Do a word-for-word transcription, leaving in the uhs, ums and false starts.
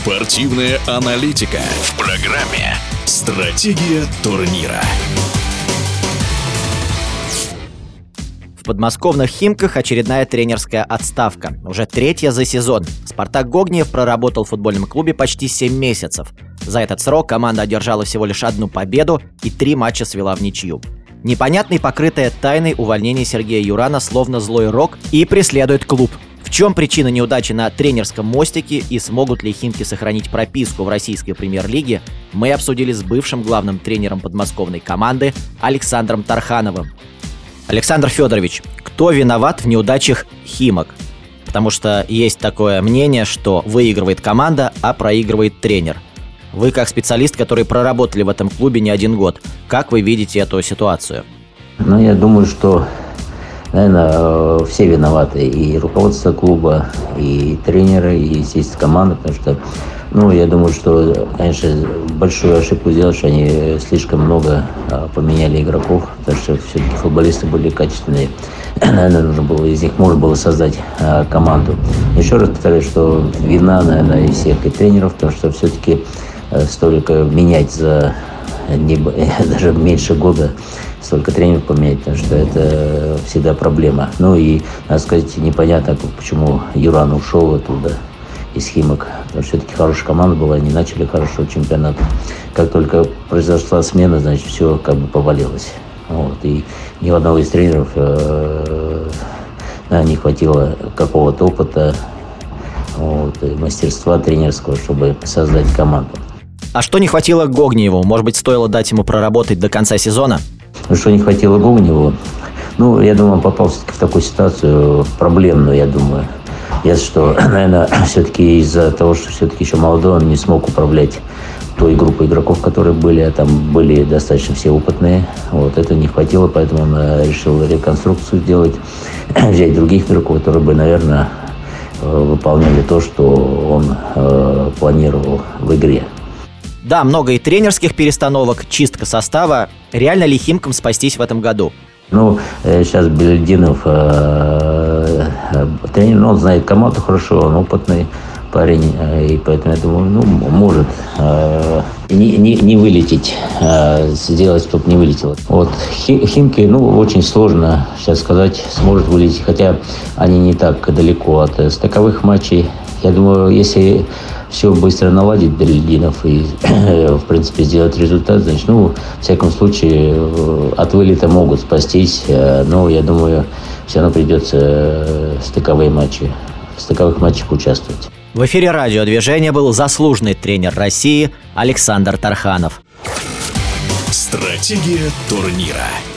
Спортивная аналитика в программе «Стратегия турнира». В подмосковных «Химках» очередная тренерская отставка. Уже третья за сезон. «Спартак» Гогниев проработал в футбольном клубе почти семь месяцев. За этот срок команда одержала всего лишь одну победу и три матча свела в ничью. Непонятный, покрытое тайной увольнение Сергея Юрана словно злой рок и преследует клуб. В чем причина неудачи на тренерском мостике и смогут ли «Химки» сохранить прописку в российской премьер-лиге, мы обсудили с бывшим главным тренером подмосковной команды Александром Тархановым. Александр Федорович, кто виноват в неудачах «Химок»? Потому что есть такое мнение, что выигрывает команда, а проигрывает тренер. Вы, как специалист, который проработали в этом клубе не один год, как вы видите эту ситуацию? Ну, я думаю, что, наверное, все виноваты. И руководство клуба, и тренеры, и, естественно, команда. Потому что, ну, я думаю, что, конечно, большую ошибку сделали, что они слишком много поменяли игроков. Потому что все-таки футболисты были качественные. Наверное, нужно было, из них можно было создать команду. Еще раз повторяю, что вина, наверное, и всех и тренеров, потому что все-таки столько менять за не, даже меньше года, столько тренеров поменять, потому что это всегда проблема. Ну и, надо сказать, непонятно, почему Юран ушел оттуда, из «Химок», потому что все-таки хорошая команда была, они начали хорошо чемпионат. Как только произошла смена, значит, все как бы повалилось. Вот. И ни у одного из тренеров э, да, не хватило какого-то опыта, вот, и мастерства тренерского, чтобы создать команду. А что не хватило Гогниеву? Может быть, стоило дать ему проработать до конца сезона? Ну, что не хватило Гогниеву? Ну, я думаю, он попал все-таки в такую ситуацию проблемную, я думаю. Ясно, что, наверное, все-таки из-за того, что все-таки еще молодой, он не смог управлять той группой игроков, которые были, а там были достаточно все опытные. Вот, это не хватило, поэтому он решил реконструкцию сделать, взять других игроков, которые бы, наверное, выполняли то, что он э, планировал в игре. Да, много и тренерских перестановок, чистка состава. Реально ли «Химкам» спастись в этом году? Ну, сейчас Белединов э, э, тренер, ну, он знает команду хорошо, он опытный парень, э, и поэтому, я думаю, ну, может э, не, не, не вылететь, э, сделать, чтобы не вылетело. Вот «Химки», ну, очень сложно сейчас сказать, сможет вылететь, хотя они не так далеко от стыковых матчей. Я думаю, если все быстро наладит Белединов и, в принципе, сделать результат, значит, ну, в всяком случае, от вылета могут спастись, но, я думаю, все равно придется стыковые матчи, в стыковых матчах участвовать. В эфире радиодвижения был заслуженный тренер России Александр Тарханов. Стратегия турнира.